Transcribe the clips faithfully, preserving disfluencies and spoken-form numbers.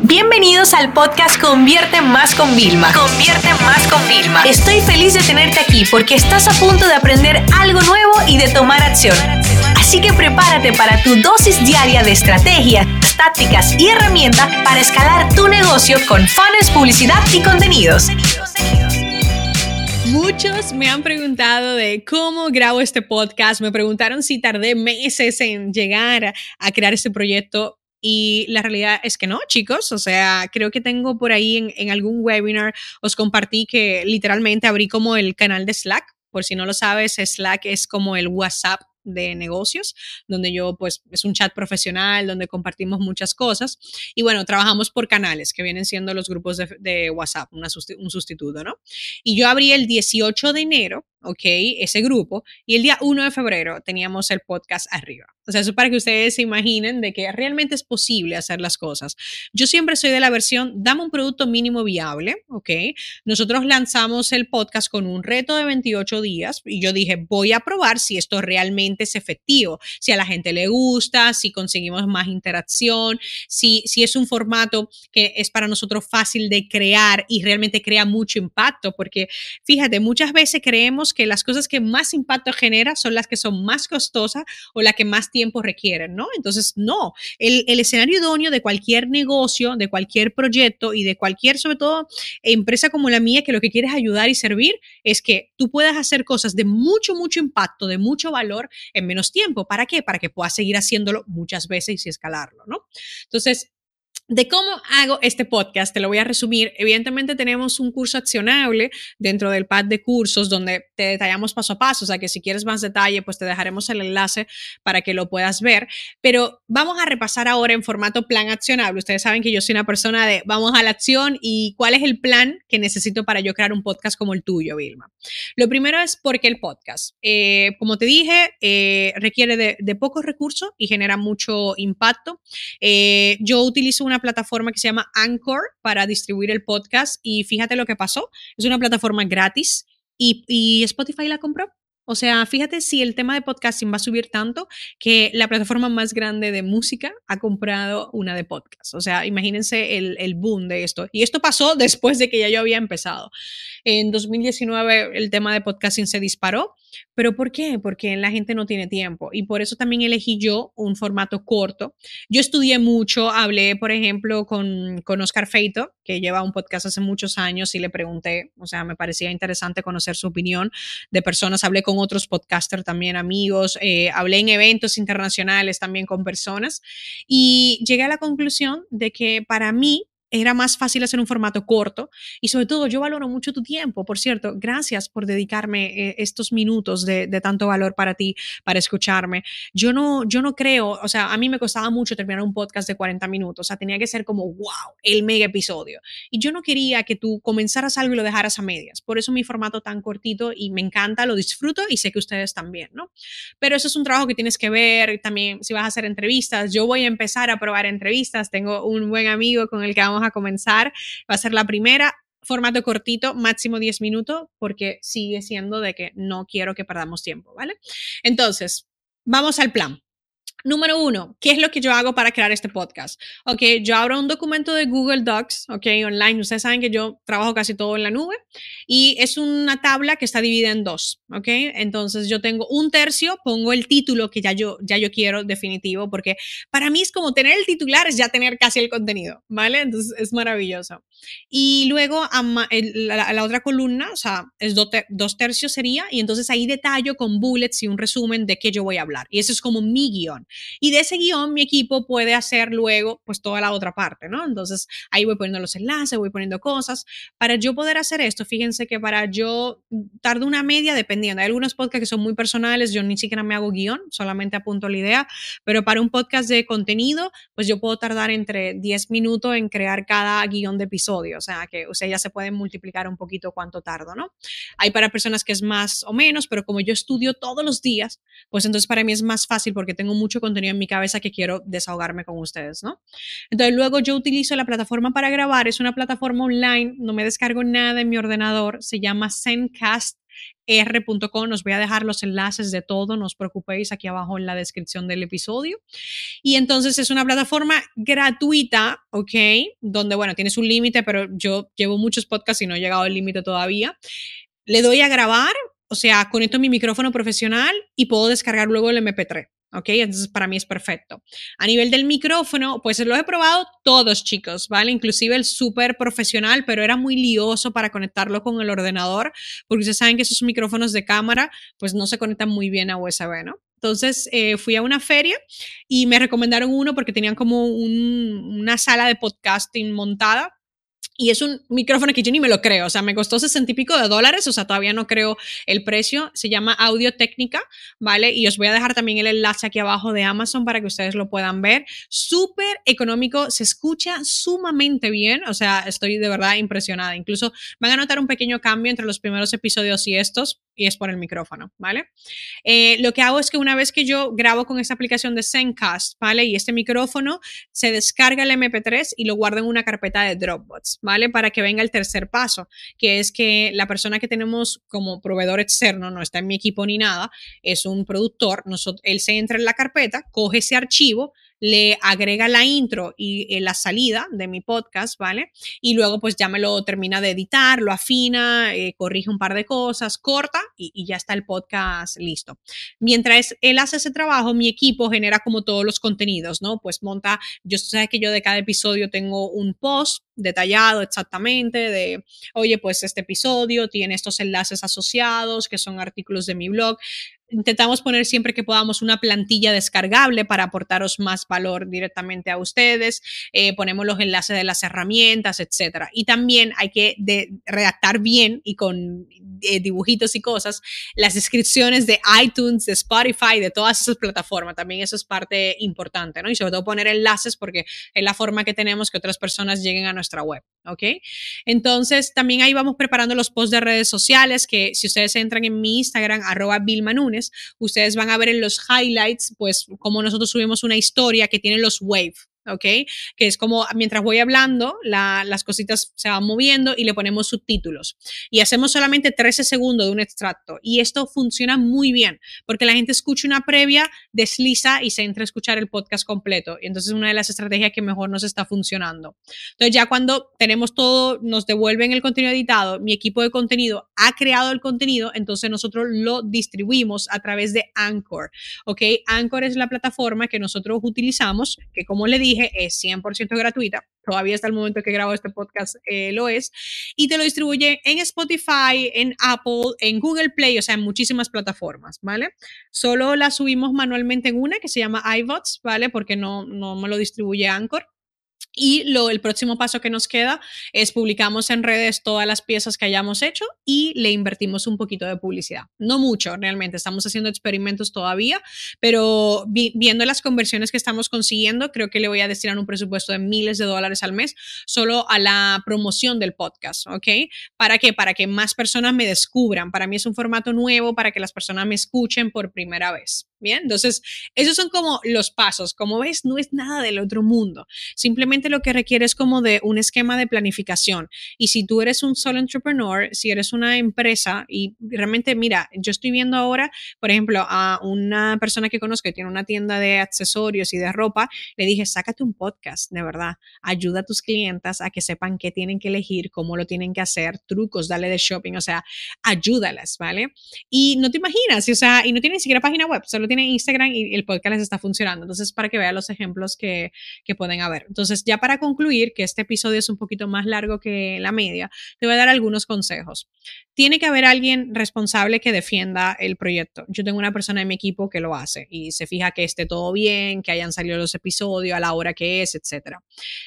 Bienvenidos al podcast Convierte Más con Vilma. Convierte Más con Vilma. Estoy feliz de tenerte aquí porque estás a punto de aprender algo nuevo y de tomar acción. Así que prepárate para tu dosis diaria de estrategias, tácticas y herramientas para escalar tu negocio con funnels, publicidad y contenidos. Muchos me han preguntado de cómo grabo este podcast. Me preguntaron si tardé meses en llegar a, a crear este proyecto. Y la realidad es que no, chicos. O sea, creo que tengo por ahí en, en algún webinar, os compartí que literalmente abrí como el canal de Slack. Por si no lo sabes, Slack es como el WhatsApp de negocios, donde yo, pues, es un chat profesional, donde compartimos muchas cosas. Y bueno, trabajamos por canales, que vienen siendo los grupos de, de WhatsApp, una, un sustituto, ¿no? Y yo abrí el dieciocho de enero, ¿ok? Ese grupo, y el día uno de febrero teníamos el podcast arriba. O sea, eso para que ustedes se imaginen de que realmente es posible hacer las cosas. Yo siempre soy de la versión, dame un producto mínimo viable, ¿ok? Nosotros lanzamos el podcast con un reto de veintiocho días y yo dije, voy a probar si esto realmente es efectivo, si a la gente le gusta, si conseguimos más interacción, si, si es un formato que es para nosotros fácil de crear y realmente crea mucho impacto, porque fíjate, muchas veces creemos que las cosas que más impacto generan son las que son más costosas o las que más tiempo requieren, ¿no? Entonces, no, el, el escenario idóneo de cualquier negocio, de cualquier proyecto y de cualquier, sobre todo, empresa como la mía, que lo que quiere es ayudar y servir, es que tú puedas hacer cosas de mucho, mucho impacto, de mucho valor en menos tiempo. ¿Para qué? Para que puedas seguir haciéndolo muchas veces y escalarlo, ¿no? Entonces, de cómo hago este podcast, te lo voy a resumir. Evidentemente tenemos un curso accionable dentro del pad de cursos donde te detallamos paso a paso, o sea que si quieres más detalle, pues te dejaremos el enlace para que lo puedas ver, pero vamos a repasar ahora en formato plan accionable. Ustedes saben que yo soy una persona de vamos a la acción y cuál es el plan que necesito para yo crear un podcast como el tuyo, Vilma. Lo primero es por qué el podcast. Eh, como te dije, eh, requiere de, de pocos recursos y genera mucho impacto. Eh, yo utilizo una plataforma que se llama Anchor para distribuir el podcast y fíjate lo que pasó, es una plataforma gratis y, y Spotify la compró. O sea, fíjate si el tema de podcasting va a subir tanto que la plataforma más grande de música ha comprado una de podcast. O sea, imagínense el, el boom de esto. Y esto pasó después de que ya yo había empezado. En dos mil diecinueve el tema de podcasting se disparó. ¿Pero por qué? Porque la gente no tiene tiempo y por eso también elegí yo un formato corto. Yo estudié mucho, hablé, por ejemplo, con, con Oscar Feito, que lleva un podcast hace muchos años y le pregunté, o sea, me parecía interesante conocer su opinión de personas. Hablé con otros podcasters también, amigos, eh, hablé en eventos internacionales también con personas y llegué a la conclusión de que para mí era más fácil hacer un formato corto y sobre todo yo valoro mucho tu tiempo. Por cierto, gracias por dedicarme eh, estos minutos de, de tanto valor para ti, para escucharme. Yo no, yo no creo, o sea, a mí me costaba mucho terminar un podcast de cuarenta minutos, o sea, tenía que ser como, wow, el mega episodio. Y yo no quería que tú comenzaras algo y lo dejaras a medias. Por eso mi formato tan cortito y me encanta, lo disfruto y sé que ustedes también, ¿no? Pero eso es un trabajo que tienes que ver también si vas a hacer entrevistas. Yo voy a empezar a probar entrevistas. Tengo un buen amigo con el que vamos a comenzar, va a ser la primera, formato cortito, máximo diez minutos, porque sigue siendo de que no quiero que perdamos tiempo, ¿vale? Entonces, vamos al plan. Número uno, ¿qué es lo que yo hago para crear este podcast? Ok, yo abro un documento de Google Docs, ok, online. Ustedes saben que yo trabajo casi todo en la nube y es una tabla que está dividida en dos, ok. Entonces yo tengo un tercio, pongo el título que ya yo, ya yo quiero definitivo, porque para mí es como tener el titular, es ya tener casi el contenido, ¿vale? Entonces es maravilloso. Y luego a la, la otra columna, o sea, es do ter, dos tercios sería, y entonces ahí detallo con bullets y un resumen de qué yo voy a hablar. Y eso es como mi guión. Y de ese guión mi equipo puede hacer luego pues toda la otra parte, ¿no? Entonces ahí voy poniendo los enlaces, voy poniendo cosas. Para yo poder hacer esto, fíjense que para yo tardo una media dependiendo. Hay algunos podcasts que son muy personales, yo ni siquiera me hago guión, solamente apunto la idea, pero para un podcast de contenido, pues yo puedo tardar entre diez minutos en crear cada guión de episodio, o sea que ustedes ya se pueden multiplicar un poquito cuánto tardo, ¿no? Hay para personas que es más o menos, pero como yo estudio todos los días, pues entonces para mí es más fácil porque tengo mucho contenido en mi cabeza que quiero desahogarme con ustedes, ¿no? Entonces luego yo utilizo la plataforma para grabar, es una plataforma online, no me descargo nada en mi ordenador, se llama Zencastr r punto com. Os voy a dejar los enlaces de todo, no os preocupéis, aquí abajo en la descripción del episodio. Y entonces es una plataforma gratuita, ¿ok? Donde, bueno, tienes un límite, pero yo llevo muchos podcasts y no he llegado al límite todavía. Le doy a grabar, o sea, conecto mi micrófono profesional y puedo descargar luego el eme pe tres. ¿Ok? Entonces para mí es perfecto. A nivel del micrófono, pues lo he probado todos, chicos, ¿vale? Inclusive el súper profesional, pero era muy lioso para conectarlo con el ordenador, porque ustedes saben que esos micrófonos de cámara, pues no se conectan muy bien a u ese be, ¿no? Entonces eh, fui a una feria y me recomendaron uno porque tenían como un, una sala de podcasting montada. Y es un micrófono que yo ni me lo creo, o sea, me costó sesenta y pico de dólares, o sea, todavía no creo el precio, se llama Audio Técnica, ¿vale? Y os voy a dejar también el enlace aquí abajo de Amazon para que ustedes lo puedan ver. Súper económico, se escucha sumamente bien, o sea, estoy de verdad impresionada. Incluso van a notar un pequeño cambio entre los primeros episodios y estos, y es por el micrófono, ¿vale? Eh, lo que hago es que una vez que yo grabo con esta aplicación de Zencastr, ¿vale? Y este micrófono, se descarga el eme pe tres y lo guardo en una carpeta de Dropbox, ¿vale? Para que venga el tercer paso, que es que la persona que tenemos como proveedor externo, no está en mi equipo ni nada, es un productor, nosotros, él se entra en la carpeta, coge ese archivo, le agrega la intro y eh, la salida de mi podcast, ¿vale? Y luego pues ya me lo termina de editar, lo afina, eh, corrige un par de cosas, corta y, y ya está el podcast listo. Mientras él hace ese trabajo, mi equipo genera como todos los contenidos, ¿no? Pues monta, yo sé que yo de cada episodio tengo un post detallado exactamente de, oye, pues este episodio tiene estos enlaces asociados que son artículos de mi blog. Intentamos poner siempre que podamos una plantilla descargable para aportaros más valor directamente a ustedes. Eh, ponemos los enlaces de las herramientas, etcétera. Y también hay que de, redactar bien y con eh, dibujitos y cosas las descripciones de iTunes, de Spotify, de todas esas plataformas. También eso es parte importante, ¿no? Y sobre todo poner enlaces porque es la forma que tenemos que otras personas lleguen a nuestra web, ¿ok? Entonces, también ahí vamos preparando los posts de redes sociales que si ustedes entran en mi Instagram, arroba Vilma Núñez, ustedes van a ver en los highlights, pues, como nosotros subimos una historia que tiene los wave, ¿ok? Que es como mientras voy hablando, la, las cositas se van moviendo y le ponemos subtítulos. Y hacemos solamente trece segundos de un extracto. Y esto funciona muy bien, porque la gente escucha una previa, desliza y se entra a escuchar el podcast completo. Y entonces es una de las estrategias que mejor nos está funcionando. Entonces ya cuando tenemos todo, nos devuelven el contenido editado, mi equipo de contenido ha creado el contenido, entonces nosotros lo distribuimos a través de Anchor, ¿ok? Anchor es la plataforma que nosotros utilizamos, que como le dije, es cien por ciento gratuita. Todavía hasta el momento que grabo este podcast eh, lo es. Y te lo distribuye en Spotify, en Apple, en Google Play, o sea, en muchísimas plataformas, ¿vale? Solo la subimos manualmente en una que se llama iVoox, ¿vale? Porque no, no me lo distribuye Anchor. Y lo, el próximo paso que nos queda es publicamos en redes todas las piezas que hayamos hecho y le invertimos un poquito de publicidad. No mucho, realmente. Estamos haciendo experimentos todavía, pero vi, viendo las conversiones que estamos consiguiendo, creo que le voy a destinar un presupuesto de miles de dólares al mes solo a la promoción del podcast, ¿ok? ¿Para qué? Para que más personas me descubran. Para mí es un formato nuevo para que las personas me escuchen por primera vez. Bien, entonces esos son como los pasos. Como ves, no es nada del otro mundo. Simplemente lo que requiere es como de un esquema de planificación. Y si tú eres un solo entrepreneur, si eres una empresa y realmente, mira, yo estoy viendo ahora, por ejemplo, a una persona que conozco que tiene una tienda de accesorios y de ropa, le dije, sácate un podcast, de verdad. Ayuda a tus clientas a que sepan qué tienen que elegir, cómo lo tienen que hacer, trucos, dale de shopping, o sea, ayúdalas, ¿vale? Y no te imaginas, o sea, y no tiene ni siquiera página web, solo tiene Instagram y el podcast les está funcionando. Entonces, para que vean los ejemplos que, que pueden haber. Entonces, ya para concluir, que este episodio es un poquito más largo que la media, te voy a dar algunos consejos. Tiene que haber alguien responsable que defienda el proyecto. Yo tengo una persona en mi equipo que lo hace y se fija que esté todo bien, que hayan salido los episodios a la hora que es, etcétera.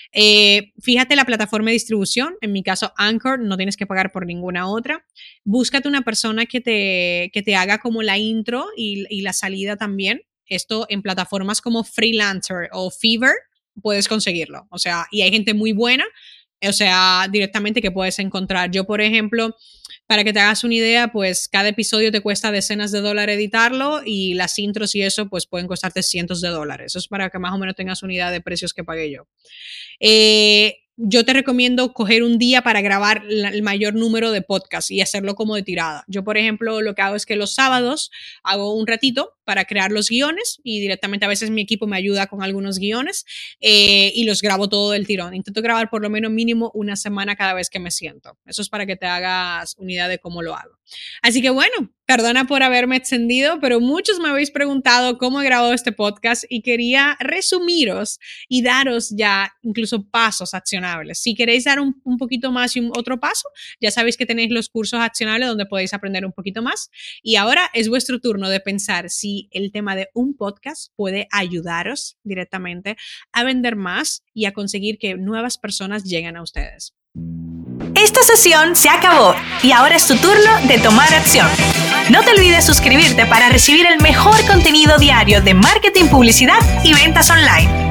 Eh, fíjate la plataforma de distribución, en mi caso Anchor, no tienes que pagar por ninguna otra. Búscate una persona que te, que te haga como la intro y, y la salida también. Esto en plataformas como Freelancer o Fiverr puedes conseguirlo. O sea, y hay gente muy buena, o sea, directamente que puedes encontrar. Yo, por ejemplo, para que te hagas una idea, pues cada episodio te cuesta decenas de dólares editarlo y las intros y eso pues pueden costarte cientos de dólares. Eso es para que más o menos tengas una idea de precios que pagué yo. Eh, yo te recomiendo coger un día para grabar la, el mayor número de podcasts y hacerlo como de tirada. Yo, por ejemplo, lo que hago es que los sábados hago un ratito para crear los guiones y directamente a veces mi equipo me ayuda con algunos guiones eh, y los grabo todo del tirón. Intento grabar por lo menos mínimo una semana cada vez que me siento. Eso es para que te hagas una idea de cómo lo hago. Así que bueno, perdona por haberme extendido, pero muchos me habéis preguntado cómo he grabado este podcast y quería resumiros y daros ya incluso pasos accionables. Si queréis dar un, un poquito más y un otro paso, ya sabéis que tenéis los cursos accionables donde podéis aprender un poquito más. Y ahora es vuestro turno de pensar si el tema de un podcast puede ayudaros directamente a vender más y a conseguir que nuevas personas lleguen a ustedes. Esta sesión se acabó y ahora es tu turno de tomar acción. No te olvides suscribirte para recibir el mejor contenido diario de marketing, publicidad y ventas online.